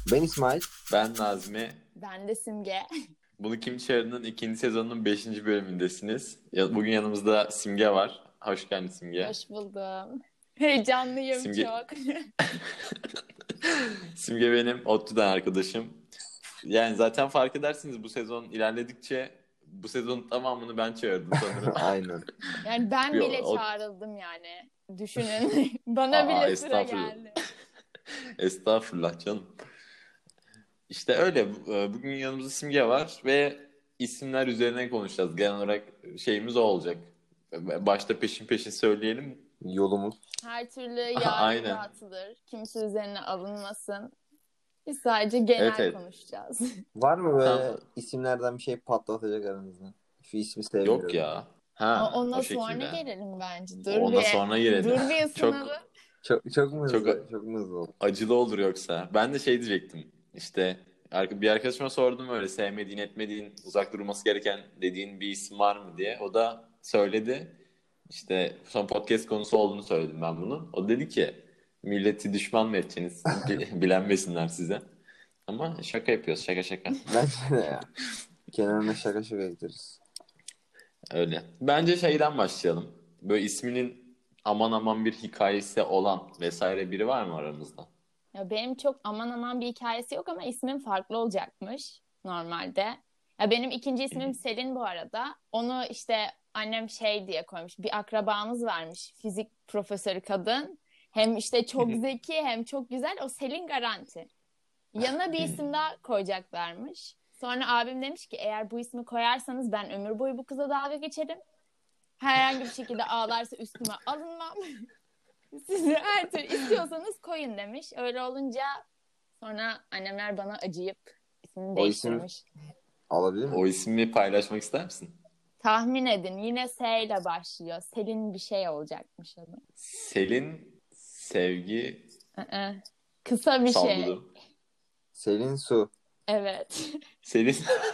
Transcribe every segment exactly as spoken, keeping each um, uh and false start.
Ben İsmail. Ben Nazmi. Ben de Simge. Bunu Kim Çağırı'nın ikinci sezonunun beşinci bölümündesiniz. Bugün yanımızda Simge var. Hoş geldin Simge. Hoş buldum. Heyecanlıyım Simge... çok. Simge benim ODTÜ'den arkadaşım. Yani zaten fark edersiniz bu sezon ilerledikçe bu sezonun tamamını ben çağırdım sanırım. Aynen. Yani ben Bir bile o... çağrıldım yani. Düşünün. Bana Aa, bile sıra geldi. Estağfurullah canım. İşte öyle. Bugün yanımızda Simge var ve isimler üzerine konuşacağız. Genel olarak şeyimiz o olacak. Başta peşin peşin söyleyelim. Yolumuz. Her türlü yargı dağıtılır. Kimse üzerine alınmasın. Biz sadece genel evet, evet. konuşacağız. Var mı böyle tamam. isimlerden bir şey patlatacak aranızda? Şu ismi sevmiyorum. Yok ya. Ha, o, ondan o sonra gelelim bence. Dur Ondan bir, sonra girelim. Dur bir ısınalım. Çok, çok, çok mu hızlı? Çok, çok mu hızlı olur? Acılı olur yoksa. Ben de şey diyecektim. İşte bir arkadaşıma sordum öyle sevmediğin, etmediğin, uzak durması gereken dediğin bir isim var mı diye. O da söyledi. İşte son podcast konusu olduğunu söyledim ben bunu. O dedi ki milleti düşman mı edeceksiniz? Bilenmesinler size. Ama şaka yapıyoruz. Şaka şaka. Bence de ya. Kenarına şaka şaka gideriz. Öyle. Bence şeyden başlayalım. Böyle isminin aman aman bir hikayesi olan vesaire biri var mı aramızda? Ya benim çok aman aman bir hikayesi yok ama ismim farklı olacakmış normalde. Ya benim ikinci ismim Selin bu arada. Onu işte annem şey diye koymuş. Bir akrabamız varmış. Fizik profesörü kadın. Hem işte çok zeki hem çok güzel. O Selin Garanti. Yanına bir isim daha koyacaklarmış. Sonra abim demiş ki eğer bu ismi koyarsanız ben ömür boyu bu kıza dalga geçerim. Herhangi bir şekilde ağlarsa üstüme alınmam. Siz her türlü istiyorsanız koyun demiş. Öyle olunca sonra annemler bana acıyıp ismini değiştirmiş. Isim alabilir miyim? O ismi paylaşmak ister misin? Tahmin edin. Yine S ile başlıyor. Selin bir şey olacakmış adı. Selin sevgi Aa, kısa bir salladım. şey. Selin Su. Evet. Selin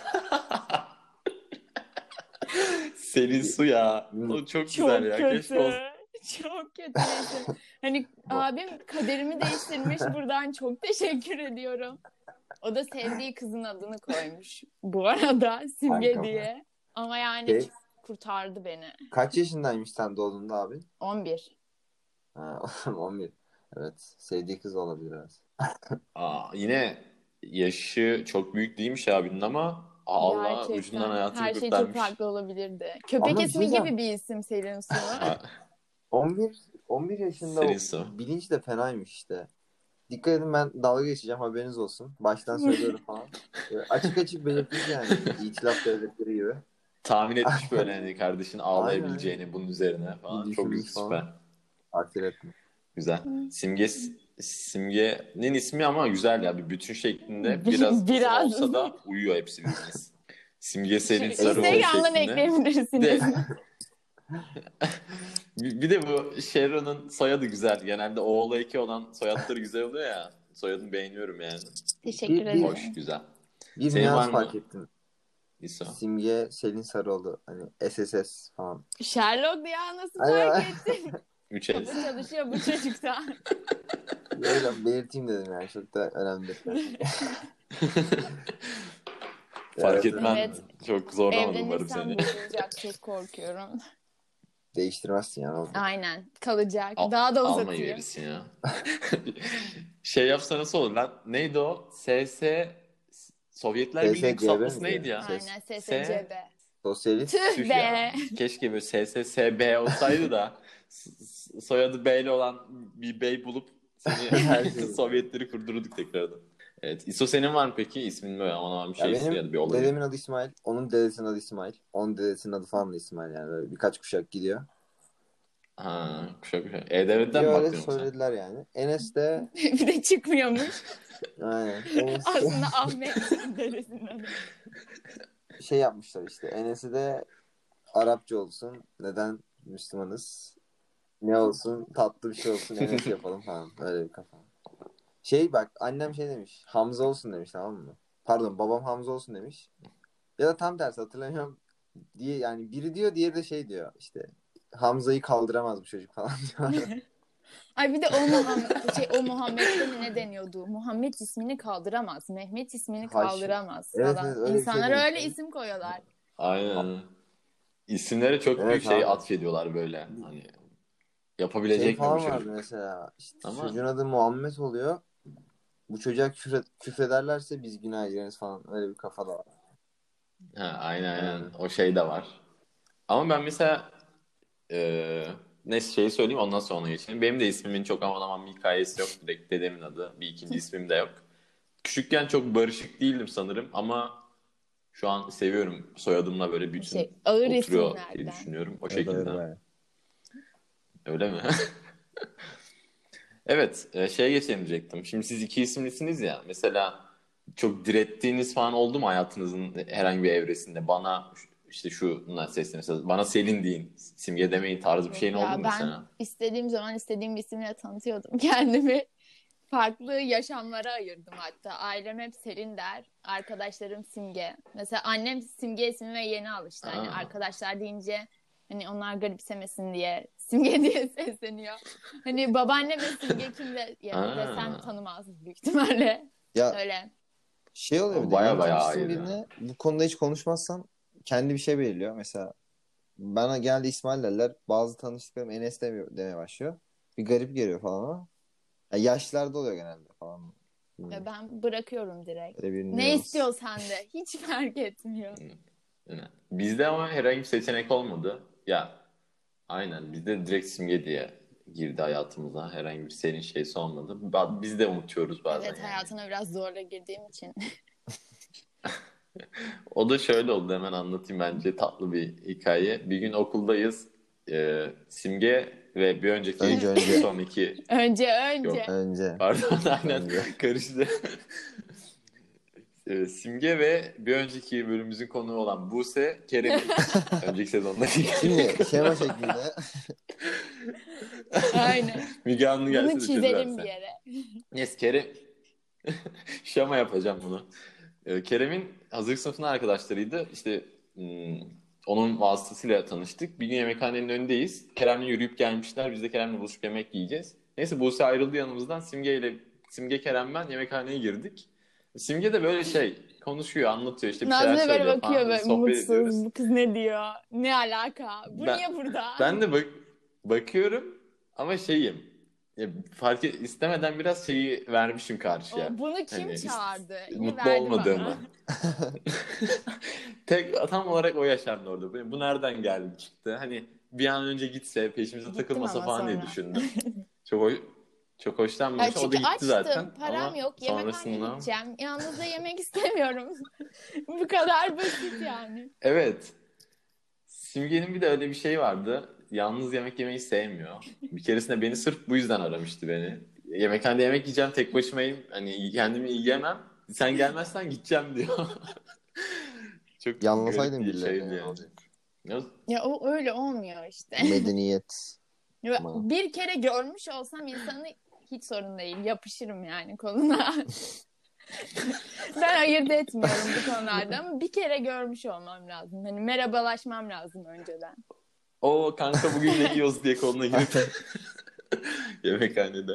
Selin Su ya. O çok, çok güzel ya. Kötü. Keşke olsun. Çok kötü. Hani abim kaderimi değiştirmiş. Buradan çok teşekkür ediyorum. O da sevdiği kızın adını koymuş. Bu arada Simge Kankam. diye. Ama yani şey, kurtardı beni. Kaç yaşındaymış sen doğduğunda abi? on bir. Ha, on bir. Evet. Sevdiği kız olabilir biraz. Aa, yine yaşı çok büyük değilmiş abinin ama Allah gerçekten. Ucundan hayatını her şey kurtarmış. çok farklı olabilirdi. Köpek ama ismi güzel. Gibi bir isim Selin Su. on bir on bir yaşında o bilinç de fenaymış işte. Dikkat edin ben dalga geçeceğim haberiniz olsun. Baştan söylüyorum falan. Böyle açık açık belirtmiş yani. İtilaf devletleri gibi. Tahmin etmiş böyle hani kardeşin ağlayabileceğini aynen. Bunun üzerine falan. Çok güzel süper. Takdir etme. Güzel. Simge Simge'nin ismi ama güzel ya. Bir bütün şeklinde biraz, biraz. olsa da uyuyor hepsi birbirine. Simge Selin Sarıoğlu şeklinde. Instagram'dan ekleyebilirsiniz. Bir de bu Şeron'un soyadı güzel. Genelde oğlu eki olan soyadları güzel oluyor ya. Soyadını beğeniyorum yani. Teşekkür ederim. Hoş, güzel. Bir Senin nüans fark ettim. İso. Simge Selin Sarıoğlu. Hani S S S falan. Sherlock ya nasıl fark ettin? Üç Kafa çalışıyor bu çocukta. Öyle belirteyim dedim yani. Çok da önemli. Fark evet, etmem. Evet. Çok zorlamadım umarım seni. Evlenirsem bozulacak çok korkuyorum. Değiştirmezsin yani. Aynen. Kalacak. Al, Daha da uzatayım. Almayı verirsin ya. Şey yapsa nasıl olur lan? Neydi o? S S Sovyetler Birliği kısaltması neydi ya? Aynen S S C B. Sosyalist. Tüh be. Keşke böyle S S S B olsaydı da soyadı B'li olan bir bey bulup seni Sovyetleri kurdururduk tekrardan. Evet. İso senin var mı peki? İsmin böyle aman aman bir şey ya, ya da bir olay. Dedemin adı İsmail. Onun dedesinin adı İsmail. Onun dedesinin adı falan da İsmail yani. Böyle birkaç kuşak gidiyor. Ha, kuşak kuşak. E-Devlet'ten mi baktın yoksa? Öyle söylediler yani. Enes de... bir de çıkmıyormuş. Aynen. Enes de... Aslında Ahmet dedesinin adı. Şey yapmışlar işte. Enes'i de Arapça olsun. Neden Müslümanız? Ne olsun? Tatlı bir şey olsun. Enes yapalım falan. Öyle bir kafa. Şey bak annem şey demiş. Hamza olsun demiş tamam mı? Pardon babam Hamza olsun demiş. Ya da tam tersi hatırlamıyorum. Diye yani biri diyor diğeri de şey diyor işte. Hamza'yı kaldıramaz bu çocuk falan diyor. Ay bir de o Muhammed, şey, o Muhammed'de mi ne deniyordu? Muhammed ismini kaldıramaz. Mehmet ismini Haşim. kaldıramaz Evet, falan. evet, öyle bir şey İnsanlar demiş. öyle isim koyuyorlar. Aynen. İsimlere çok Evet büyük şey abi. atfediyorlar böyle. Hani Şey yapabilecek mi bu falan vardı çocuk? mesela. İşte Ama çocuğun adı Muhammed oluyor. Bu çocuğa küfür, küfrederlerse biz günah gireriz falan. Öyle bir kafa da var. ha, aynen aynen Yani. o şey de var. Ama ben mesela e, neyse şeyi söyleyeyim ondan sonra ona geçelim. Benim de ismimin çok aman aman bir hikayesi yok. Direkt dedemin adı. Bir ikinci ismim de yok. Küçükken çok barışık değildim sanırım ama şu an seviyorum. Soyadımla böyle bütün Şey, ağır oturuyor diye isimlerden. düşünüyorum. O Evet, evet, şekilde. bayağı. Öyle mi? Evet, e, şeye geçelim diyecektim. Şimdi siz iki isimlisiniz ya. Mesela çok direttiğiniz falan oldu mu hayatınızın herhangi bir evresinde? Bana işte şuna sesle mesela bana Selin deyin, Simge demeyin tarzı bir Yok şeyin oldu ya mu ben mesela? istediğim zaman istediğim bir isimle tanıtıyordum kendimi. Farklı yaşamlara ayırdım hatta. Ailem hep Selin der. Arkadaşlarım Simge. Mesela annem Simge ismime yeni alıştı. Hani Aa. arkadaşlar deyince hani onlar garipsemesin diye Simge diye sesleniyor. Hani babaanneme Simge kim de, ya, Aa. desem tanımaz büyük ihtimalle. Ya Öyle. şey oluyor bir O de baya yeni baya tanıştığın ayrı. birine bu konuda hiç konuşmazsan kendi bir şey belirliyor. Mesela bana geldi İsmail derler. Bazı tanıştıklarım Enes demiyor, demeye başlıyor. Bir garip geliyor falan ama. Ya yaşlarda oluyor genelde falan. Ya Bilmiyorum. ben bırakıyorum direkt. Öyle bir Ne nüans. istiyorsan de. Hiç fark etmiyor. Yani bizde ama herhangi bir seçenek olmadı. Ya aynen bizde direkt Simge diye girdi hayatımıza. Herhangi bir Selin şeysi olmadı. Ba- Biz de unutuyoruz bazen Evet yani. hayatına biraz zorla girdiğim için. O da şöyle oldu hemen anlatayım bence tatlı bir hikaye. Bir gün okuldayız. Ee, Simge ve bir önceki Önce, bir önce. sonraki Önce yok önce. Önce. pardon aynen Önce. karıştı. Ee, Simge ve bir önceki bölümümüzün konuğu olan Buse Kerem'in önceki sezondaki Şimdi şema şeklinde. Aynen. Müge Anlı Bunu gelse de çizelim bir çözerse. yere. Yes Kerem şama yapacağım bunu. Ee, Kerem'in hazırlık sınıfının arkadaşlarıydı. İşte hmm, onun vasıtasıyla tanıştık. Bir gün yemekhanenin önündeyiz. Kerem'le yürüyüp gelmişler. Biz de Kerem'le buluşup yemek yiyeceğiz. Neyse Buse ayrıldı yanımızdan. Simge ile Simge Kerem ben yemekhaneye girdik. Simge de böyle şey konuşuyor, anlatıyor işte bir şeyler Nazlı böyle söylüyor bakıyor falan. Biz böyle sohbet ediyoruz. mutsuz. Bu kız ne diyor? Ne alaka? Bu Ben niye burada? ben de bak bakıyorum ama şeyim. Ya, fark et, istemeden biraz şeyi vermişim karşıya. O, bunu kim Hani ist- çağırdı? İyi mutlu verdi olmadığımı. bana. Tek tam olarak o yaşandı orada. Bu nereden geldi çıktı? Hani bir an önce gitse, peşimize Gittim takılmasa ama falan diye sonra. düşündüm. Çok hoş, çok Ya hoşlanmamış. O da çünkü gitti zaten açtım. Param ama yok. Yemekhaneye sonrasında gideceğim. Yalnız da yemek istemiyorum. Bu kadar basit yani. evet. Simge'nin bir de öyle bir şey vardı. Yalnız yemek yemeyi sevmiyor. Bir keresinde beni sırf bu yüzden aramıştı beni. Yemekhanede yemek yiyeceğim tek başımayım. Hani kendimi yiyemem. Sen gelmezsen gideceğim diyor. Çok garip Yanlasaydın bir birilerine şeydi ne yani. olacak? Ya, Ya o öyle olmuyor işte. Medeniyet. Ya Ama. bir kere görmüş olsam insanı hiç sorun değil. Yapışırım yani koluna. Ben ayırt etmiyorum bu konularda ama bir kere görmüş olmam lazım. Hani merhabalaşmam lazım önceden. o kanka bugün ne yiyoruz diye koluna girip yemekhanede.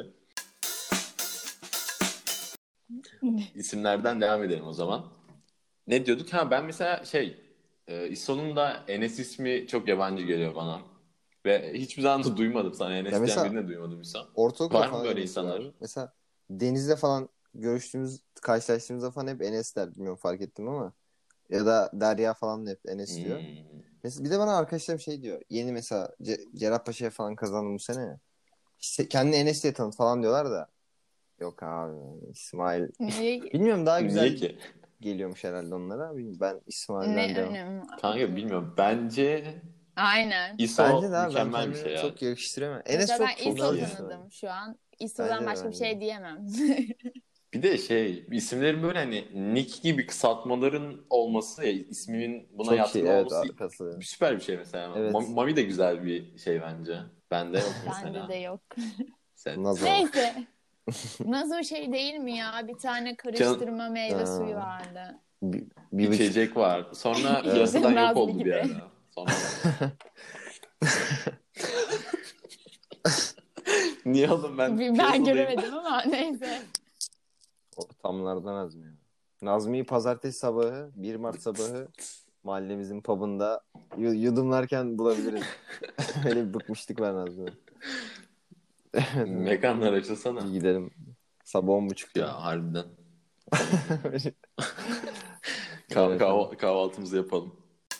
İsimlerden devam edelim o zaman. Ne diyorduk? Ha ben mesela şey e, İso'nun da Enes ismi çok yabancı geliyor bana. Ve hiçbir zaman da duymadım sana Enes Ya diyen mesela birini de duymadım İso. ortaokulda Var mı falan böyle Enes insanlar? vardı. Mesela Deniz'le falan görüştüğümüz, karşılaştığımızda falan hep Enes der. Bilmiyorum fark ettim ama. Ya da Derya falan da hep Enes diyor. Hmm. Mesela bir de bana arkadaşlarım şey diyor. Yeni mesela Ce- Cerrahpaşa'ya falan kazandım bu sene ya. İşte kendini Enes diye tanıt falan diyorlar da. Yok abi İsmail. Niye, Bilmiyorum daha Niye güzel ki? geliyormuş herhalde onlara. Bilmiyorum, ben ne İsmail'den devam. önemi var? Kanka bilmiyorum. Bence Aynen. Bence İso de abi ben mükemmel bir kendimi şey ya. çok yakıştıramıyorum. Enes Mesela ben çok Çok İso kurnaz iyi. bir isim. tanıdım şu an. Bence İso'dan de başka bir bence şey de. diyemem. Bir de şey isimlerin böyle hani nick gibi kısaltmaların olması ya, isminin buna Çok yatkın şey evet olması arkası. süper bir şey mesela. Evet. Ma- Mami de güzel bir şey bence. Bende yok Bende de mesela. yok. Sen Nazo. Neyse. Nazo şey değil mi ya? Bir tane Can karıştırma meyve suyu Aa, vardı. bir, bir buçuk. içecek var. Sonra Evet. piyasadan yok Nazlı oldu bir gibi. ara. Sonra Niye oğlum ben Ben piyasadayım. göremedim ama neyse. Ortamlardan Nazmi ya. Nazmi'yi pazartesi sabahı, bir Mart sabahı mahallemizin pub'ında yu- yudumlarken bulabiliriz. Öyle bir bıkmıştık ben Nazmi'ye. Mekanlar açılsana. Bir gidelim. Sabah on buçukta. Ya harbiden. Evet, Kah- evet. kahv- kahvaltımızı yapalım.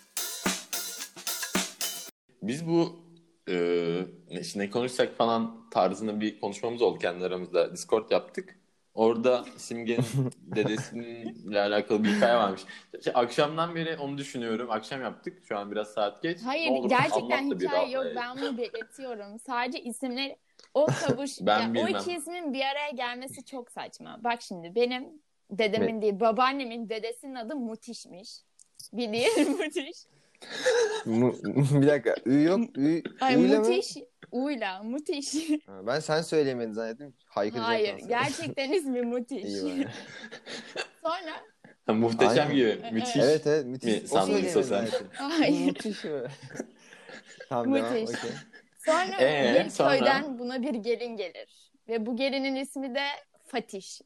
Biz bu e, ne, işte ne konuşsak falan tarzında bir konuşmamız oldu kendi aramızda. Discord yaptık. Orada Simge'nin dedesiyle alakalı bir hikaye varmış. İşte akşamdan beri onu düşünüyorum. Akşam yaptık. Şu an biraz saat geç. Hayır Ne olur gerçekten anlat da bir hikaye yok. rahat- Ben bunu belirtiyorum. Sadece isimleri o kavuş Ben ya, o bilmem. iki ismin bir araya gelmesi çok saçma. Bak şimdi benim dedemin değil babaannemin dedesinin adı Mutiş'miş. Bildiğin Mutiş. Mu- bir dakika. Ü yok. Ü, Ay Ü'yle mi? Mutiş. Uyla Mutiş. Ha, ben sen söyleyemedin zannettim. Haykıracak Hayır nasıl? gerçekten ismi Mutiş. İyi bari. Sonra Ha, muhteşem Aynen. gibi. Evet. Müthiş. Evet evet müthiş. Mi O sandın söyleyemedi yoksa sen? zannettim. hayır. Müthiş mi? Tamam devam. Müthiş. Okey. Sonra Ee, bir sonra? köyden buna bir gelin gelir. Ve bu gelinin ismi de Fatiş.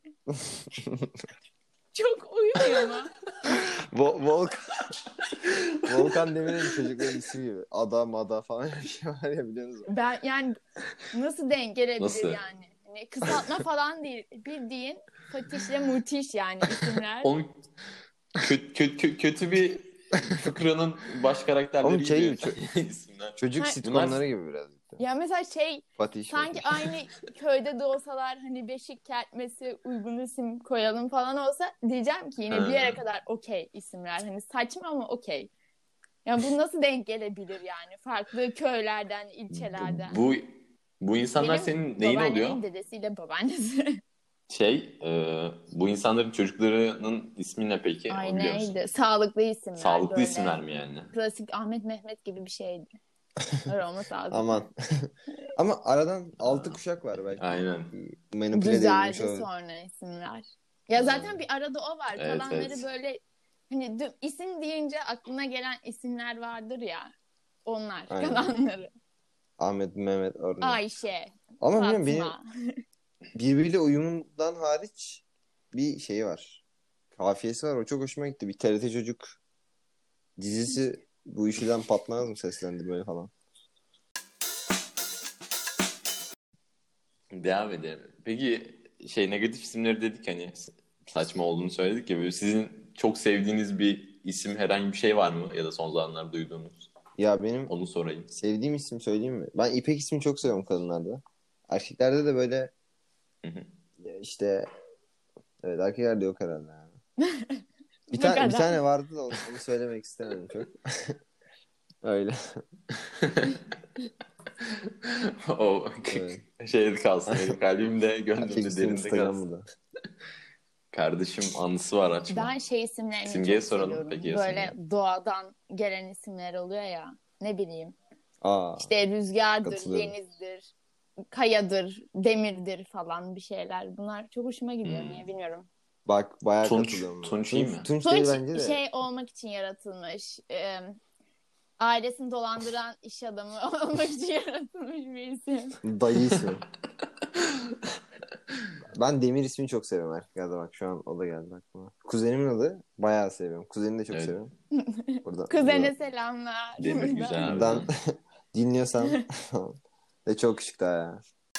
Çok uymuyor mu? Vo- Volkan. Volkan Demirel'in çocukların ismi gibi. Ada mada falan bir şey var ya biliyorsunuz mu? Ben yani nasıl denk gelebilir Nasıl? yani? Hani kısaltma falan değil. Bildiğin Fatiş'le Mutiş yani isimler. Onun kötü, kötü, kötü bir fıkranın baş karakterleri Oğlum şey gibi gibi, isimler. Çocuk Ha, sitcomları bunlar- gibi birazcık da. Ya mesela şey Fatih sanki Fatih. aynı köyde de olsalar hani beşik kertmesi uygun isim koyalım falan olsa diyeceğim ki yine Ha. bir yere kadar okey isimler. Hani saçma ama okey. Yani bu nasıl denk gelebilir yani? Farklı köylerden, ilçelerden. Bu bu insanlar Benim senin neyin babaannemin oluyor? dedesiyle babaannesi. Şey, e, bu insanların çocuklarının ismi ne peki? Onu Ay biliyor musun? neydi? Sağlıklı isimler. Sağlıklı böyle. isimler mi yani? Klasik Ahmet Mehmet gibi bir şeydi. Öyle olması lazım. Aman. Ama aradan altı kuşak var belki. Aynen. Manipüle Güzeldi edilmiş olabilir. sonra isimler. Ya zaten bir arada o var. Evet, Kalanları evet. böyle hani dü- isim deyince aklına gelen isimler vardır ya. Onlar Aynen. kalanları. Ahmet, Mehmet, örneğin. Ayşe, Ama Fatma. bilmiyorum benim birbiriyle uyumundan hariç bir şeyi var. Kafiyesi var. O çok hoşuma gitti. Bir T R T Çocuk dizisi bu işten patlamaz mı seslendirmeli falan? Devam edelim. Peki şey negatif isimleri dedik hani saçma olduğunu söyledik ya. Böyle sizin çok sevdiğiniz bir isim herhangi bir şey var mı? Ya da son zamanlarda duyduğunuz? Ya benim Onu sorayım. sevdiğim isim söyleyeyim mi? Ben İpek ismini çok seviyorum kadınlarda. Erkeklerde de böyle Hı hı. ya işte evet erkeklerde yok herhalde. Yani. Bir, Bu tane, kadar. bir tane vardı da onu, onu söylemek istemedim çok. Öyle. O Evet. şey kalsın benim kalbimde, Erkek gönlümde, ismi derinde Instagram kalsın. burada. Kardeşim anısı var açma. Ben şey isimlerini Simge'ye çok soralım seviyorum. peki ya Böyle Simge. doğadan gelen isimler oluyor ya. Ne bileyim. Aa, İşte rüzgardır, katılıyorum. denizdir, kayadır, demirdir falan bir şeyler. Bunlar çok hoşuma gidiyor. Hmm. Niye bilmiyorum. bak bayağı Tunç- katılıyorum. buna. Tunç iyi mi? Tunç değil Tunç bence de. şey olmak için yaratılmış. Ee, ailesini dolandıran iş adamı olmak için yaratılmış bir isim. Dayı ismi. Ben Demir ismini çok seviyorum erkeklerde bak şu an o da geldi aklıma. Kuzenimin adı bayağı seviyorum. Kuzenini de çok Evet. seviyorum. Burada, Kuzene selamlar. Demir Buradan. güzel abi. buradan dinliyorsan ve çok küçük daha ya.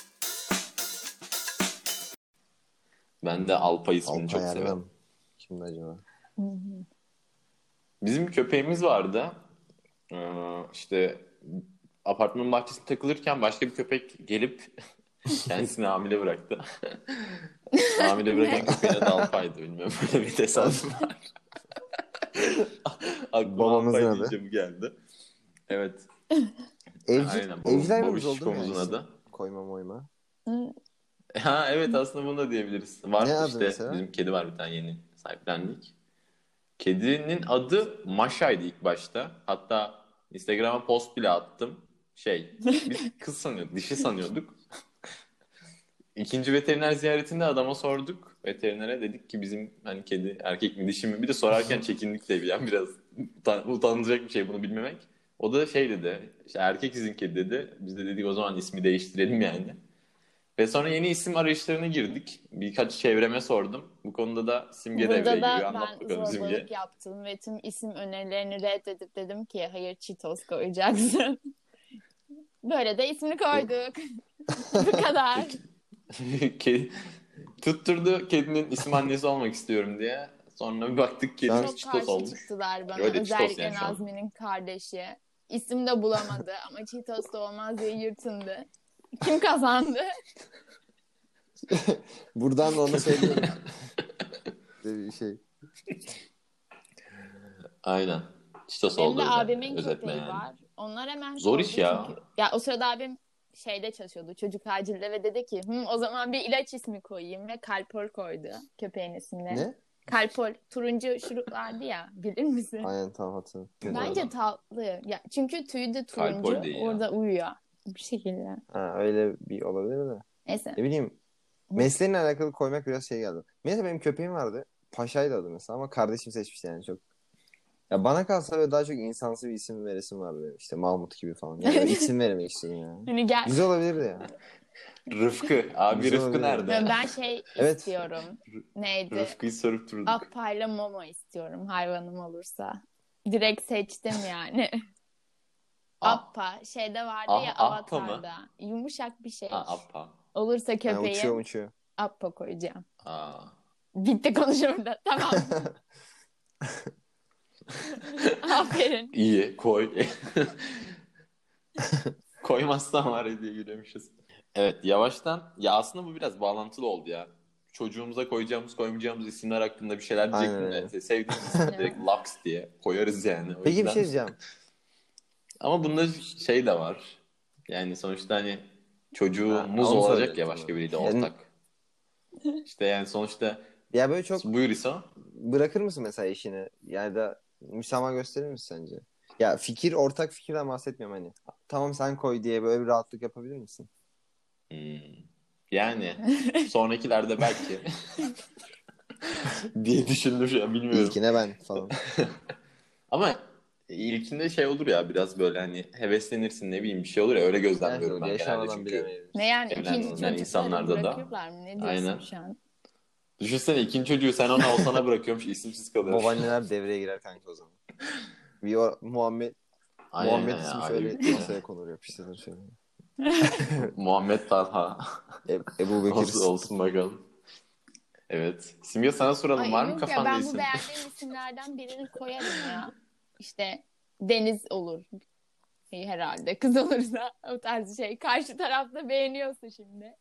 Ben de Alpay ismini çok Alpay severim. Erdem. Kimdi acaba? Hı hı. Bizim bir köpeğimiz vardı. Ee, işte apartmanın bahçesinde takılırken başka bir köpek gelip kendisini hamile bıraktı. Hamile bırakan köpeğin adı Alpay'dı. Bilmiyorum böyle bir tesadüf var. Aklıma Babamızın Alpay adı. deyince bu geldi. Evet. Evcil, Aynen. Bab- evcil hayvanımız oldu mu babişkomuzun yani? adı. Koyma moyma. Hı. Ha evet aslında bunu da diyebiliriz. Var Ne adı işte mesela? bizim kedi var bir tane yeni sahiplendik. Kedinin adı Maşa'ydı ilk başta. Hatta Instagram'a post bile attım. Şey, biz kız sanıyorduk, dişi sanıyorduk. İkinci veteriner ziyaretinde adama sorduk. Veterinere dedik ki bizim hani kedi erkek mi dişi mi? Bir de sorarken çekindik de yani biraz utan- utanılacak bir şey bunu bilmemek. O da şey dedi, işte erkek sizin kedi dedi. Biz de dedik o zaman ismi değiştirelim yani. Ve sonra yeni isim arayışlarına girdik. Birkaç çevreme sordum. Bu konuda da Simge devreye Burada giriyor. da Anlat ben bakalım Simge. zorbalık yaptım ve tüm isim önerilerini reddedip dedim ki hayır Cheetos koyacaksın. Böyle de ismini koyduk. Bu kadar. Ke- Tutturdu kedinin isim annesi olmak istiyorum diye. Sonra bir baktık kedimiz Çok Cheetos karşı olmuş. çıktılar bana. Öyle Cheetos Özellikle yani şu an. Nazmi'nin kardeşi. İsim de bulamadı ama Cheetos da olmaz diye yırtındı. Kim kazandı? Buradan da onu söylüyorum. Bir şey. Aynen. Cheetos Benim oldu de öyle. abimin Özetle köpeği yani. var. Onlar hemen Zor sordu iş ya. çünkü. Ya o sırada abim şeyde çalışıyordu. Çocuk acilde ve dedi ki Hı, o zaman bir ilaç ismi koyayım ve Kalpol koydu köpeğin ismini. Ne? Kalpol turuncu şurup vardı ya bilir misin? Aynen tamam hatırladım. Bence tatlı. Ya çünkü tüyü de turuncu. Kalpol değil ya. Orada uyuyor bir şekilde. Ha, öyle bir olabilir de. Neyse. Ne bileyim. Mesleğinle alakalı koymak biraz şey geldi. Mesela benim köpeğim vardı. Paşa'ydı adı mesela ama kardeşim seçmişti yani çok. Ya bana kalsa böyle daha çok insansı bir isim veresim vardı benim. İşte Mahmut gibi falan. Yani böyle isim vermek istedim yani. Hani gel. Güzel olabilirdi ya. Rıfkı. Abi Güzel Rıfkı olabilir. nerede? Ben ben şey Evet. istiyorum. Neydi? Rıfkı'yı sorup durduk. Appa'yla Momo istiyorum hayvanım olursa. Direkt seçtim yani. A- Appa şeyde vardı Ah- ya Appa mı? Avatar'da. Yumuşak bir şey. Ha, Appa. Olursa Yani köpeğim uçuyor uçuyor. Appa koyacağım. Aa. Bitti konuşma burada. Tamam. Aferin. İyi koy. Koymazsan var ya diye gülüyormuşuz. Evet yavaştan ya aslında bu biraz bağlantılı oldu ya. Çocuğumuza koyacağımız koymayacağımız isimler hakkında bir şeyler Aynen diyecektim de öyle. sevdiğim isim direkt Lux diye koyarız yani. O Peki bir yüzden- şey diyeceğim. Ama bunda şey de var. Yani sonuçta hani çocuğumuz Ha, onu olacak söyleyecektim ya başka ben. biriyle Yani- ortak. İşte yani sonuçta Ya böyle çok buyur İsa. bırakır mısın mesela işini? Yani da müsamaha gösterir misin sence? Ya fikir ortak fikirden bahsetmiyorum hani. Tamam sen koy diye böyle bir rahatlık yapabilir misin? Hmm. Yani sonrakilerde belki diye düşündüm şu an bilmiyorum. İlkine ben falan. Ama ilkinde şey olur ya biraz böyle hani heveslenirsin ne bileyim bir şey olur ya öyle gözlemliyorum ben genelde Yaşamadan çünkü. bilemeyiz. Ne yani Evlenmeden ikinci çocukları insanlarda da. bırakıyorlar mı? Ne diyorsun Aynen. şu an? Düşünsene ikinci çocuğu sen ona o sana bırakıyormuş isimsiz kalıyor. Babaanneler devreye girer kanka o zaman. Bir o, Muhammed Aynen Muhammed ya, ismi ayrı şöyle bir- masaya konur yapıştırır şöyle. Muhammed Talha. E, Ebu Bekir. olsun, olsun bakalım. Evet. Simge sana soralım Ay, var mı yok ya kafanda ben bu isim? beğendiğim isimlerden birini koyarım ya. İşte Deniz olur. İyi herhalde. Kız olursa o tarz şey. Karşı tarafta beğeniyorsa şimdi.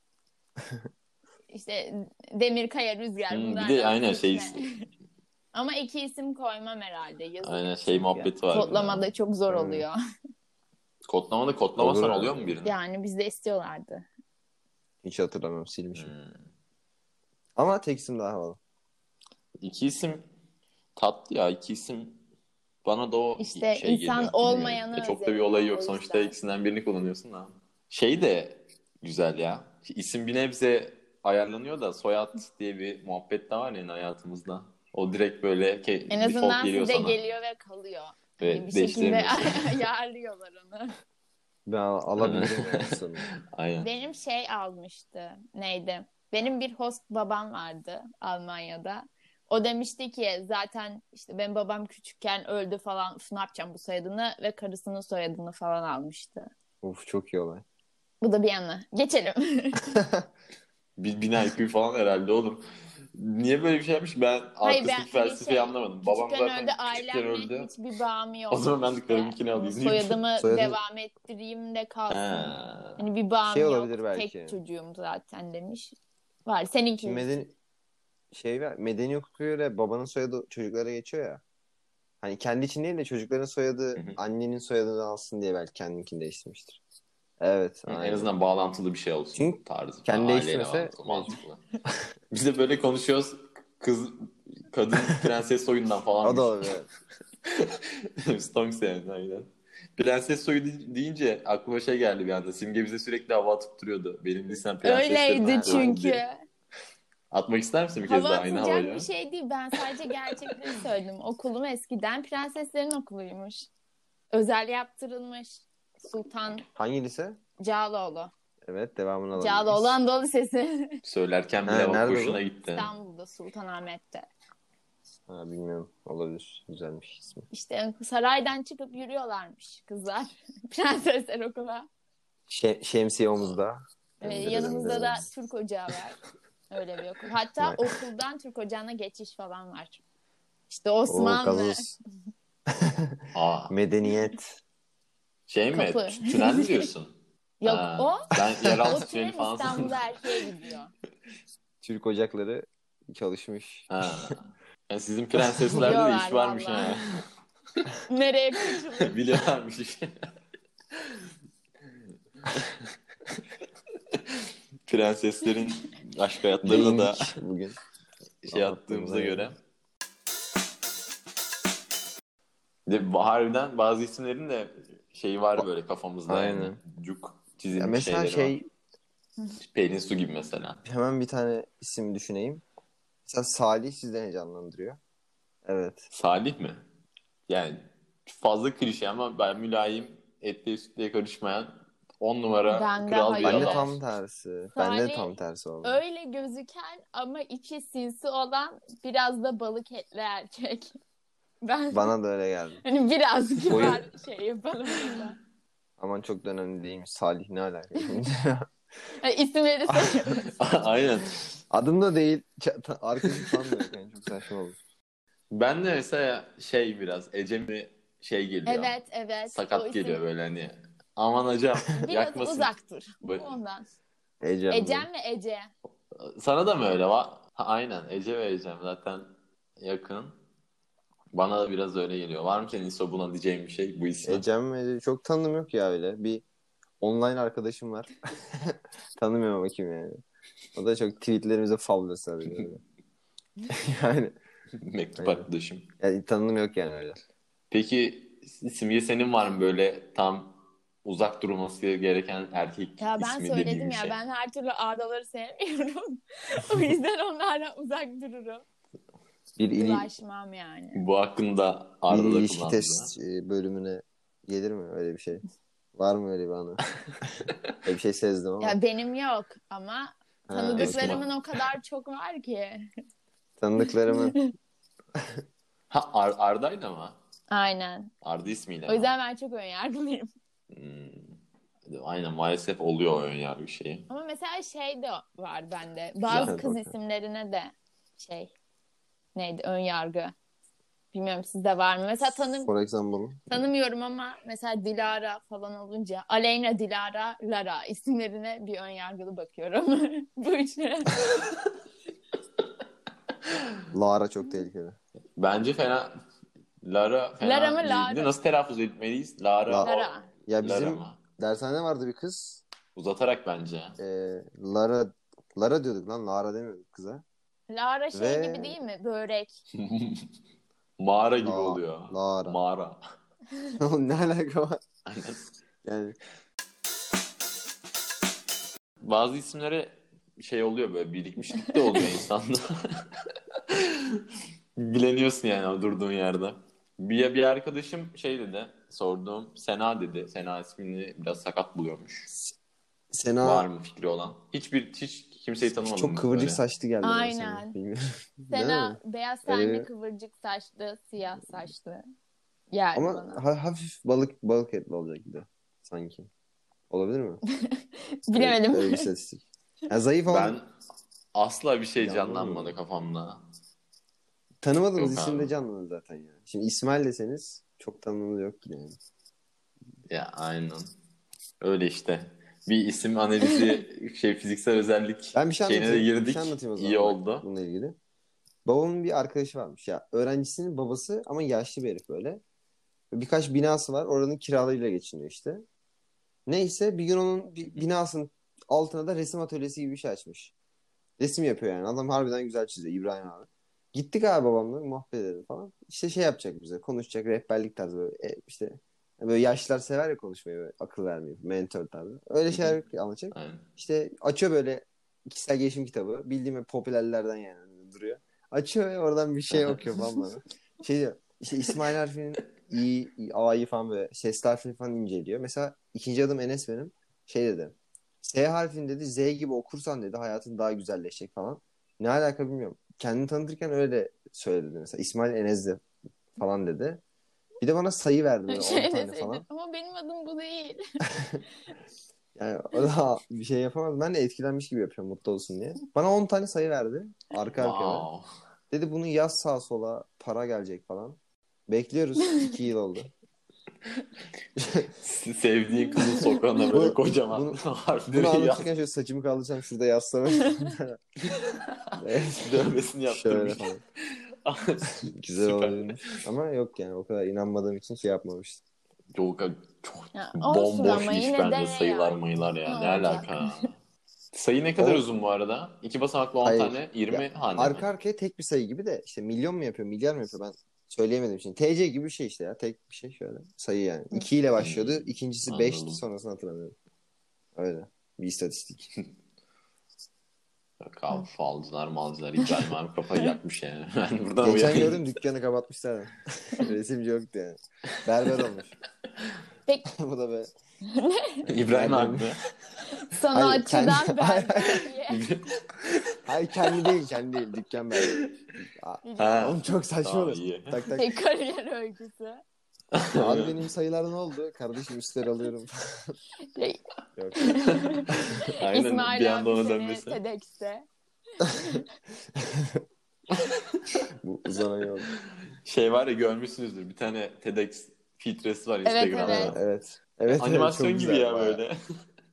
İşte Demirkaya, Rüzgar. Hmm, bir bunlardan de aynen şey seçme. Ama iki isim koymam herhalde. Yazık aynen şey çünkü. muhabbeti var. Kodlamada çok zor Hmm. oluyor. Kodlamada kodlamasan Olur oluyor abi. mu birini? Yani bizde istiyorlardı. Hiç hatırlamıyorum silmişim. Hmm. Ama tek isim daha havalı. İki isim tatlı ya. İki isim bana da o İşte şey insan geliyor. olmayanı Bilmiyorum. Çok da bir özeniyor, olayı o yok. yüzden. Sonuçta ikisinden birini kullanıyorsun da. Şey de güzel ya. İsim bir nebze ayarlanıyor da soyad diye bir muhabbet de var yani hayatımızda. O direkt böyle ke- En default azından geliyor size sana. geliyor ve kalıyor. Evet, Yani bir şekilde değiştiremiyorsun. ayarlıyorlar onu. Ben alabilirim yani sanırım. Aynen. Benim şey almıştı. Neydi? Benim bir host babam vardı Almanya'da. O demişti ki zaten işte benim babam küçükken öldü falan. Uf, ne yapacağım bu soyadını ve karısının soyadını falan almıştı. Uf çok iyi olay. Bu da bir yana. Geçelim. Bir bina I Q falan herhalde oğlum. Niye böyle bir şey yapmış? Ben Hayır arkasındaki ben hani felsefeyi şey, anlamadım. Babam küçükken zaten öldü küçükken ailemle öldü. hiçbir bağım yok. O zaman ben de işte. karımınkini alayım. Soyadımı Soyadı- devam ettireyim de kalsın. Ha. Hani bir bağım Şey yok. olabilir belki. Tek çocuğum zaten demiş. Var. Seninki. Şimdi medeni, şey var, medeni hukuka göre babanın soyadı çocuklara geçiyor ya. Hani kendi için değil de çocukların soyadı Hı hı. annenin soyadını alsın diye belki kendinkini değiştirmiştir. Evet. Hı, en aynen. azından bağlantılı bir şey olsun. Çünkü tarzı. kendi Aileyle değiştirmese bağlantılı, mantıklı. Biz de böyle konuşuyoruz. Kız, kadın prenses soyundan falan. O da olabilir. Stonks yani aynen. Prenses soyu de- deyince aklıma şey geldi bir anda. Simge bize sürekli hava atıp duruyordu. Benim lisem prenseslerin Öyleydi okulu çünkü. diye. Atmak ister misin bir kez Hava daha aynı atılacak havayı? bir şey değil. Ben sadece gerçekleri söyledim. Okulum eskiden prenseslerin okuluymuş. Özel yaptırılmış. Sultan Hangi lise? Cağaloğlu. Evet, devamını alalım. Cağaloğlu Anadolu Lisesi. Söylerken Ha, bile bak nerede hoşuna bu? gitti. İstanbul'da, Sultanahmet'te. Ha, bilmiyorum. Olabilir. Güzelmiş ismi. İşte saraydan çıkıp yürüyorlarmış kızlar. Prensesler okula. Şe- şemsiye omuzda. Ee, yanımızda da Türk ocağı var. Öyle bir okul. Hatta Vay. okuldan Türk ocağına geçiş falan var. İşte Oo, Osmanlı. gazoz. Aa, Medeniyet. şey mi? Kapı. T- Tünel mi diyorsun? Yok Ha, o. Ben O yeraltı tünel tüneli falan sandım. İstanbul'da erkeğe gidiyor. Türk ocakları çalışmış. Ha. Yani sizin prenseslerde de iş Biliyorlar varmış vallahi. ha. Nereye kaçılır? Biliyorlarmış işte. Prenseslerin aşk hayatlarına da Değindik bugün. şey Anlattığımıza attığımıza göre. göre. Bir de harbiden bazı isimlerin de şeyi var böyle kafamızda Aynen. yani. Cuk Ya çizilmiş mesela şeyleri şey var. Pelin Su gibi mesela. hemen bir tane isim düşüneyim. Mesela Salih sizden heyecanlandırıyor. Evet. Salih mi? Yani fazla klişe ama ben mülayim, etliye sütlüye karışmayan on numara Ben de kral bir hayır. Ben de adam. tam tersi. Ben de Salih tam tersi oldu. öyle gözüken ama içi sinsi olan biraz da balık etli erkek. Ben Bana da öyle geldi. hani biraz kibar Boyu- şey yapalım burada. Aman çok da önemli değilmiş. Salih ne alaka? Yani isimleri sayıyoruz. Aynen. Adım da değil. Ç- Arkadaşım falan da yok. Yani çok saçma oldu. Ben de mesela şey biraz Ecem'i şey geliyor. Evet evet. O Sakat isim geliyor böyle hani. Aman hocam biraz yakmasın. uzak dur. Böyle- Ondan. Ecem. Ecem ve Ece. Sana da mı öyle var? Ha, aynen Ece ve Ecem zaten yakın. Bana da biraz öyle geliyor. Var mı senin ise buna diyeceğin bir şey bu isme? Ecem Ece. Çok tanıdığım yok ya öyle. Bir online arkadaşım var. Tanımıyorum ama kim yani. O da çok tweetlerimize favla sadece. Öyle. Yani, Mektup Aynen. arkadaşım. yani tanıdığım yok yani öyle. Peki Simge senin var mı böyle tam uzak durulması gereken erkek Ya ben ismi söyledim dediğin bir ya şey? ben her türlü Arda'ları sevmiyorum. O yüzden onlardan uzak dururum. Bir il, Ulaşmam yani. Bu hakkında bir Arda da ilişki kullandı. test e, bölümüne gelir mi öyle bir şey? Var mı öyle bir anı? Öyle bir şey sezdim ama. Ya benim yok ama Ha, tanıdıklarımın eski- o kadar çok var ki. tanıdıklarımın Ha Ar- Arda'yla mı? Aynen. Arda ismiyle O mi? yüzden ben çok önyargılıyım. Hmm. Aynen maalesef oluyor o önyargı şeyi. Ama mesela şey de var bende. Bazı Güzel. kız isimlerine de şey neydi önyargı. Bilmiyorum sizde var mı? Mesela tanım for example. tanımıyorum ama mesela Dilara falan olunca Aleyna, Dilara, Lara isimlerine bir önyargılı bakıyorum. Bu üçlere. Lara çok tehlikeli. Bence fena Lara fena Lara mı, değildi. Lara? Nasıl telaffuz etmeliyiz? Lara. La- Lara. Ya Lara bizim mı? dershanede vardı bir kız. Uzatarak bence. E, Lara Lara diyorduk lan. Lara demiyorduk kıza. Lara şey Ve- gibi değil mi? Börek. Mağara gibi La- oluyor. Lara. Mağara. Oğlum ne alaka var? Aynen. Yani Bazı isimlere şey oluyor böyle birikmişlik de oluyor insanda. Bileniyorsun yani o durduğun yerde. Bir, bir arkadaşım şey dedi, sorduğum Sena dedi. Sena ismini biraz sakat buluyormuş. Sena Var mı fikri olan? Hiçbir hiç kimseyi tanımadım. çok kıvırcık böyle. saçlı geldi bana Aynen. Sena. Bilmiyorum. Değil Sena mi? beyaz Öyle tenli, bir- kıvırcık saçlı, siyah saçlı. Yani Ama bana. ha- hafif balık balık etli olacak bir de sanki. Olabilir mi? Bilemedim. Öyle, öyle bir istatistik. Ya zayıf ama Ben asla bir şey Ya, canlanmadı anlamadım. kafamda. tanımadığınız Yok isim de abi. canlanır zaten ya. Şimdi İsmail deseniz çok tanıdığınız yok ki yani. Ya aynen. Öyle işte. Bir isim analizi şey fiziksel özellik Ben bir şey şeyine de anlatayım. Bir girdik. şey anlatayım o zaman. İyi bak, oldu. bununla ilgili. Babamın bir arkadaşı varmış ya. Öğrencisinin babası ama yaşlı bir herif böyle. Birkaç binası var. Oranın kiralarıyla geçiniyor işte. Neyse bir gün onun bir binasının altına da resim atölyesi gibi bir şey açmış. Resim yapıyor yani. Adam harbiden güzel çiziyor İbrahim abi. Gittik abi babamla muhabbet edelim falan. İşte şey yapacak bize. Konuşacak rehberlik tarzı böyle. E, işte böyle yaşlılar sever ya konuşmayı böyle, akıl vermeyi. Mentor tarzı. Öyle şeyler anlatacak. Aynen. İşte açıyor böyle kişisel gelişim kitabı. Bildiğim popülerlerden yani duruyor. Açıyor ve oradan bir şey okuyor falan bana. Şey diyor. İşte İsmail harfinin İ, A'yı falan böyle sesli harfini falan inceliyor. Mesela ikinci adım Enes benim. Şey dedi. S harfini dedi Z gibi okursan dedi hayatın daha güzelleşecek falan. Ne alaka bilmiyorum. Kendini tanıtırken öyle söyledi mesela. İsmail Enez'de falan dedi. Bir de bana sayı verdi böyle on Şey tane deseydin falan. ama benim adım bu değil. Yani o da bir şey yapamaz. Ben de etkilenmiş gibi yapıyorum mutlu olsun diye. Bana on tane sayı verdi. Arka arkaya. Wow. Dedi bunu yaz sağa sola para gelecek falan. Bekliyoruz. iki yıl oldu. Sevdiğin kızın sokağına böyle Bu- kocaman bunu- harfleri Bunu yaz. anlatırken şöyle saçımı kaldırsam şurada yazsam. Evet. Dövmesini Şöyle yaptırmış. falan. Güzel Süper. olabilirmiş. Ama yok yani o kadar inanmadığım için şey yapmamıştım. Çok, çok Ya, olsun bomboş ama bir iş yine bence dene sayılar yani. mayılar ya. Ne Ne olacak? alaka? Sayı ne kadar O- uzun bu arada? İki basamaklı on Hayır. tane yirmi Ya, hane arka mi? arkaya tek bir sayı gibi de işte milyon mu yapıyor, milyar mı yapıyor ben söyleyemedim şimdi. T C gibi bir şey işte ya. Tek bir şey şöyle. Sayı yani. iki ile başlıyordu. Hmm, İkincisi anladım. beşti sonrasını hatırlamıyorum. Öyle. Bir istatistik. Kahve falcılar malcılar İbrahim abi kafayı yakmış yani. Ben buradan Geçen uyanayım. gördüm dükkanı kapatmışlar. Resimci yoktu yani. Berber olmuş. Peki Bu da be. İbrahim abi Nereden- mi? sanatçıdan kendi- berber diye. Hayır kendi değil kendi değil dükkan berber. Ha. Oğlum çok saçma Tamam, olur. iyi. Tak tak. Şey, kariyer öyküsü. Abi benim sayılar ne oldu? Kardeşim üstleri alıyorum. Şey, Yok. Aynen bir İsmail anda abi ona seni dönmesi. TEDx'te. Bu uzana yol. Şey var ya görmüşsünüzdür. Bir tane TEDx filtresi var Evet, Instagram'da. evet. Evet. Evet evet Animasyon çok gibi güzel. ya bayağı. böyle.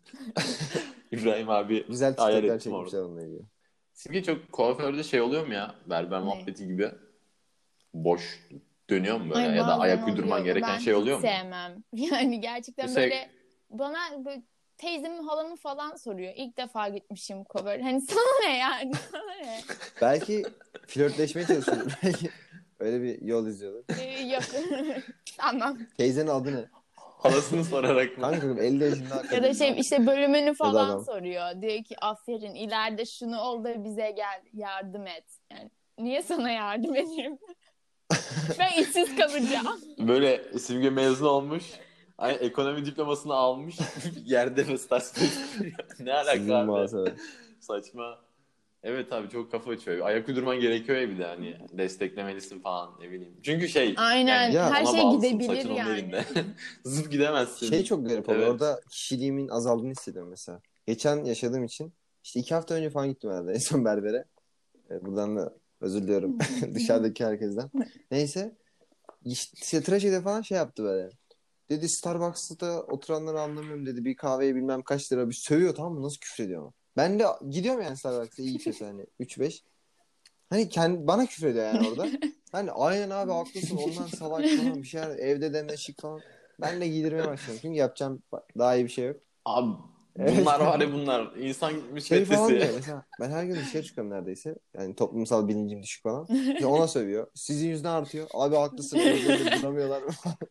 İbrahim abi Güzel hayal TikTok'lar ettim çekmişler orada. onunla ilgili. Simge çok kuaförde şey oluyor mu ya? Berber Ne? muhabbeti gibi. Boş dönüyor mu böyle? Ay Ya da bazen ayak uydurman oluyor. gereken Ben şey hiç oluyor mu? sevmem. Yani gerçekten Mesela böyle bana böyle teyzemin halamı falan soruyor. İlk defa gitmişim cover. Hani sana ne yani? Sana ne? Belki flörtleşmeye çalışıyordur. Belki öyle bir yol izliyordur. Ee, yok. Tamam. Teyzenin adı ne? halasını sorarak mı? Kanka elli yaşında Ya kadın. da şey işte bölümünü Ya da falan adam. soruyor. Diyor ki aferin ileride şunu ol da bize gel yardım et. Yani niye sana yardım edeyim? Ben işsiz kalacağım. Böyle Simge mezun olmuş. Ay, ekonomi diplomasını almış. Yerde mestasyon. Ne alaka Sizin abi? muhasebe. Saçma. Evet abi çok kafa açıyor. Ayak uydurman gerekiyor ya bir de hani desteklemelisin falan ne bileyim. Çünkü şey Aynen. yani Ya- Her ona şey bağlısın gidebilir saçın onun yani. elinde. Zıp gidemezsin. Şey çok garip oluyor. Evet. Orada kişiliğimin azaldığını hissediyorum mesela. Geçen yaşadığım için işte iki hafta önce falan gittim herhalde en son berbere. E, buradan da özür diliyorum dışarıdaki herkesten. Neyse işte tıraş falan şey yaptı böyle. Dedi Starbucks'ta oturanları anlamıyorum dedi. Bir kahveye bilmem kaç lira bir sövüyor tamam mı? Nasıl küfür ediyor ama. Ben de gidiyorum yani Starbucks'a iyi kötü hani üç beş. Hani kendi, bana küfür ediyor yani orada. Ben de aynen abi haklısın ondan salak falan bir şeyler evde deme şık falan. Ben de giydirmeye başladım. Çünkü yapacağım daha iyi bir şey yok. Abi Evet. bunlar var ya bunlar. İnsan Şey falan diyor müsveddesi. mesela ben her gün dışarı çıkıyorum neredeyse. Yani toplumsal bilincim düşük falan. İşte ona sövüyor. Sizin yüzünden artıyor. Abi haklısın evde duramıyorlar.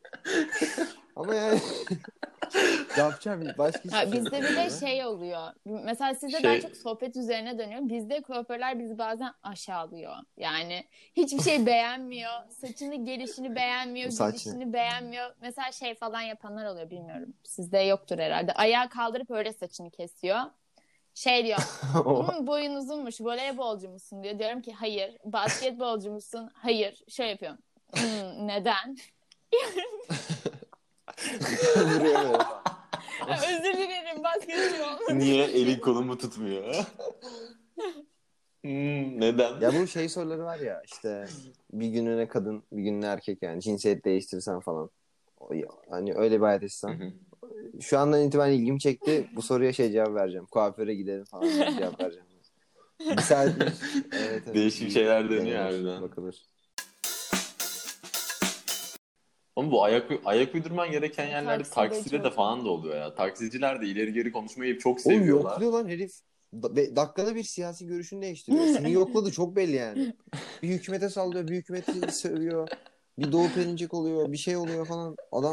Ama yani yapacağım başka hiçbir Ha, şey yok. bizde bir de şey oluyor. Mesela sizde Şey- daha çok sohbet üzerine dönüyor. Bizde kuaförler bizi bazen aşağılıyor. Yani hiçbir şey beğenmiyor. Saçını gelişini beğenmiyor. Bu saç ne? Gidişini beğenmiyor. Mesela şey falan yapanlar oluyor bilmiyorum. Sizde yoktur herhalde. Ayağı kaldırıp öyle saçını kesiyor. Şey diyor. "Hmm, boyun uzunmuş. Voleybolcu musun?" diyor. Diyorum ki hayır. Basketbolcu musun? Hayır. Şöyle yapıyorum. "Hmm, neden?" Vuruyor böyle. Özür dilerim basketçi olmadığım Niye için. elin kolumu tutmuyor? Hmm, neden? Ya bu şey soruları var ya işte bir gününe kadın bir gününe erkek yani cinsiyet değiştirsen falan. O- Hani öyle bir hayat Hı yaşasan. hı. Şu andan itibaren ilgimi çekti. Bu soruya şey cevap vereceğim. Kuaföre gidelim falan diye cevap vereceğim. Bir saattir evet, evet, Değişik bir şeyler dönüyor denenir, harbiden. bakılır. Ama bu ayak ayak uydurman gereken yerlerde Takside takside de çok. falan da oluyor ya. Taksiciler de ileri geri konuşmayı çok Oğlum seviyorlar. yokluyor lan herif. Da- be- dakikada bir siyasi görüşünü değiştiriyor. Seni yokladı çok belli yani. Bir hükümete sallıyor, bir hükümeti sövüyor. Bir Doğu Perinçek oluyor, bir şey oluyor falan. Adam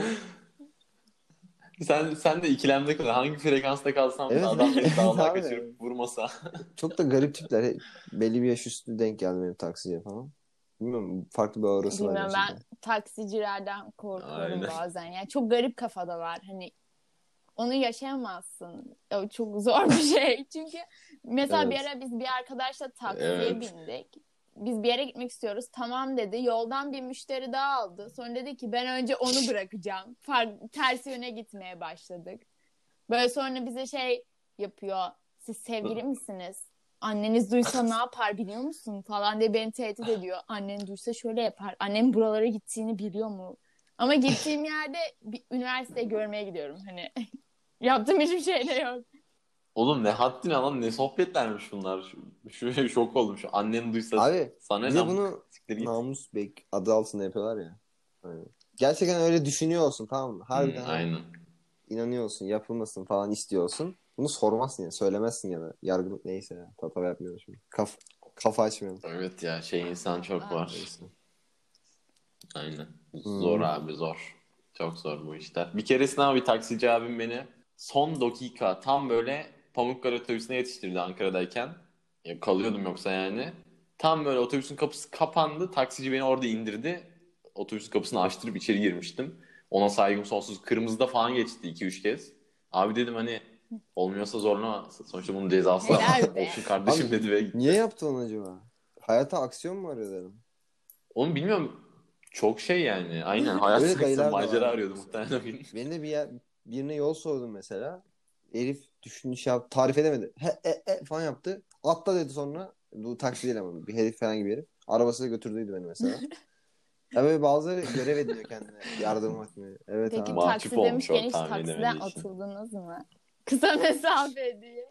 Sen sen de ikilemde kal. Hangi frekansta kalsam da evet, adam beni evet dağlığa abi. kaçırıp vurmasa. Çok da garip tipler. Belli bir yaş üstü denk geldi benim taksiye falan. Bilmiyorum farklı bir aurası var Bilmiyorum gerçekten. ben taksicilerden korkuyorum Aynen. bazen. Yani çok garip kafadalar. Hani onu yaşayamazsın. O çok zor bir şey. Çünkü mesela Evet. bir ara biz bir arkadaşla taksiye Evet. bindik. Biz bir yere gitmek istiyoruz. Tamam dedi. Yoldan bir müşteri daha aldı. Sonra dedi ki ben önce onu bırakacağım. Fark, ters yöne gitmeye başladık. Böyle sonra bize şey yapıyor. Siz sevgili misiniz? Anneniz duysa ne yapar biliyor musun? Falan diye beni tehdit ediyor. Annen duysa şöyle yapar. Annem buralara gittiğini biliyor mu? Ama gittiğim yerde bir üniversite görmeye gidiyorum. Hani yaptığım hiçbir şey de yok. Oğlum ne haddine lan, ne sohbetlermiş bunlar. Şu, şu şok oldum şu. Annen duysa Abi sana bir ne de bunu siktir git. namus bek adı altında yapıyorlar ya. Hani gerçekten öyle düşünüyor olsun, tamam mı? Harbiden Hmm, hani aynen. inanıyor olsun, yapılmasın falan istiyorsun. Bunu sormazsın yani, söylemezsin ya da yargı neyse ya. Tatava yapmıyorum şimdi. Kaf, kafa açmıyorum. Evet ya, şey insan çok var. Neyse. Aynen. Hmm. Zor abi, zor. Çok zor bu işler. Bir keresinde abi taksici abim beni son dakika tam böyle Pamukkale otobüsüne yetiştirdi Ankara'dayken. Ya, kalıyordum yoksa yani. Tam böyle otobüsün kapısı kapandı. Taksici beni orada indirdi. Otobüsün kapısını açtırıp içeri girmiştim. Ona saygım sonsuz. Kırmızıda falan geçti iki üç kez. Abi dedim hani olmuyorsa zorlama. Sonuçta bunun cezası da var. Helal be. Olsun kardeşim Abi, dedi ve gitti. Niye yaptı onu acaba? Hayata aksiyon mu arıyor dedim. Onu bilmiyorum. Çok şey yani. Aynen. Hayat Öyle sıkıntısı, dayılar da macera var. arıyordu muhtemelen o gün. Ben de bir yer, birine yol sordum mesela. Herif düşündü şey yaptı, tarif edemedi. He, e, e falan yaptı. Atla dedi sonra. Bu taksi değil ama bir herif falan gibi herif. Arabasıyla götürdüydü beni mesela. Ya böyle bazıları görev ediniyor kendine. Yardım etmeyi. Evet Peki abi. Mahcup taksi olmuş demişken o hiç tahmin taksiden edemediği için. atıldınız mı? Kısa mesafe diye.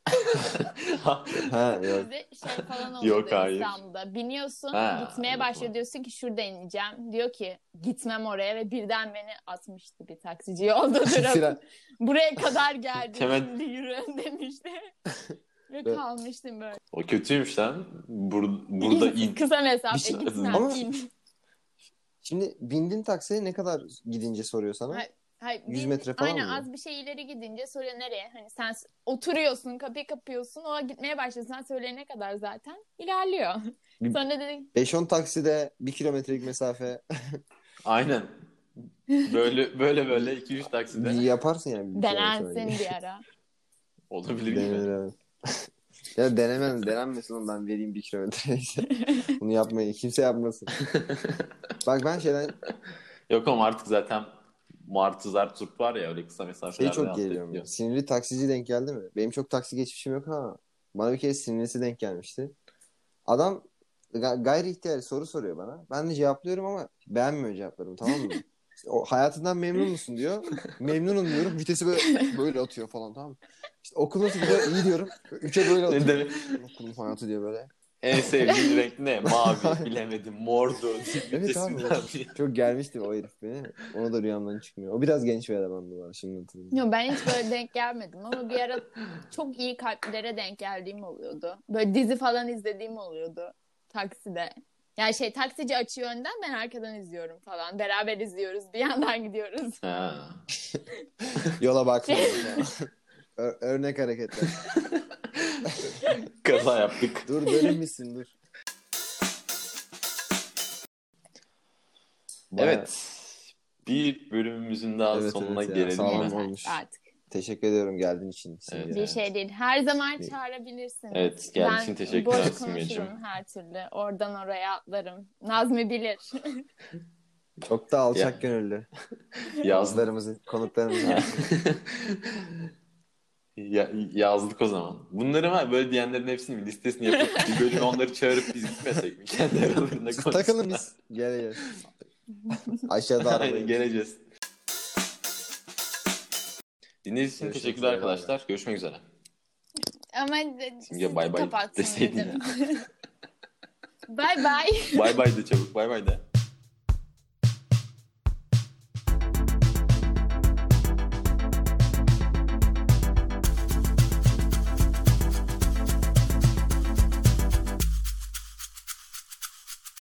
Ha yok. Bizde şey falan oluyordu Yok, hayır. İstanbul'da. Biniyorsun, Ha, gitmeye evet, başlıyor. var. Diyorsun ki şurada ineceğim. Diyor ki gitmem oraya ve birden beni atmıştı bir taksici yolda Fren- durup. Buraya kadar geldim, Temel- şimdi yürüyün demişti. Ve Evet. kalmıştım böyle. O kötüymüş lan. Bur- burada in. Kısa mesafe Bir şey- gitmem, Ama- in. Şimdi bindin taksiye, ne kadar gidince soruyor sana? Hayır, hayır, yüz bin- metre falan aynen mı? az bir şey ileri gidince soruyor nereye? Hani sen s- oturuyorsun, kapıyı kapıyorsun, o gitmeye başlıyorsun. Sen söyleyene kadar zaten ilerliyor. Bir- Sonra dedik beş on takside bir kilometrelik mesafe Aynen. Böyle böyle böyle iki üç takside. yaparsın yani. Bir kilometre denensin bir ara. Olabilir Denenir gibi. evet. Ya denemez, denenmesin oğlum, ben vereyim bir kilometre. Bunu yapmayın. Kimse yapmasın. Bak ben şeyden Yok ama artık zaten Martı Zartürk var ya, öyle kısa şey mesafelerde çok affediliyor. geliyorum. Ya. Sinirli taksici denk geldi mi? Benim çok taksi geçmişim yok ama bana bir kere sinirlisi denk gelmişti. Adam ga- gayri ihtiyari soru soruyor bana. Ben de cevaplıyorum ama beğenmiyor cevaplarımı, tamam mı? İşte o hayatından memnun musun diyor. Memnunum diyorum. Vitesi böyle böyle atıyor falan, tamam mı? İşte okul nasıl gidiyor? İyi diyorum. Üçe böyle Ne atıyor. demek? Okulun hayatı diyor böyle. En sevdiğin renk ne? Mavi. Bilemedim. Mordu. Evet abi. Vitesinden. Çok gelmişti o herif beni. Ona da rüyamdan çıkmıyor. O biraz genç bir adamdı bana şimdi hatırlıyorum. Yok, ben hiç böyle denk gelmedim ama bir ara çok iyi kalplere denk geldiğim oluyordu. Böyle dizi falan izlediğim oluyordu takside. Yani şey, taksici açıyor önden, ben arkadan izliyorum falan. Beraber izliyoruz, bir yandan gidiyoruz. Ha. Yola bakmıyorum falan. Ö- örnek hareketler. Kaza yaptık. Dur bölünmüşsün dur. Bayağı- Evet. Bir bölümümüzün daha Evet, sonuna evet ya, gelelim sağlam mi? Yeter olmuş. artık. Teşekkür ediyorum geldiğin için. Evet. Simge. Bir şey değil. Her zaman Bir- çağırabilirsiniz. Evet, geldiğin ben için teşekkürler boş Simgeciğim. konuşurum her türlü. Oradan oraya atlarım. Nazmi bilir. Çok da alçak Ya. gönüllü. Yazdık. Yazlarımızı, konuklarımızı. Ya, yazdık o zaman. Bunları var, böyle diyenlerin hepsinin bir listesini yapıp bir bölüm onları çağırıp biz gitmesek mi? Kendi aralarında Siz konuşsunlar. takılın biz. Geleceğiz. Aşağıda Aynen, arabayı. geleceğiz. Dinlediğiniz için Görüşmek teşekkürler üzere. arkadaşlar. Görüşmek üzere. Ama de- Simge siz bay bay kapatsın deseydin dedim. Bay bay. Bay bay de çabuk. Bay bay de.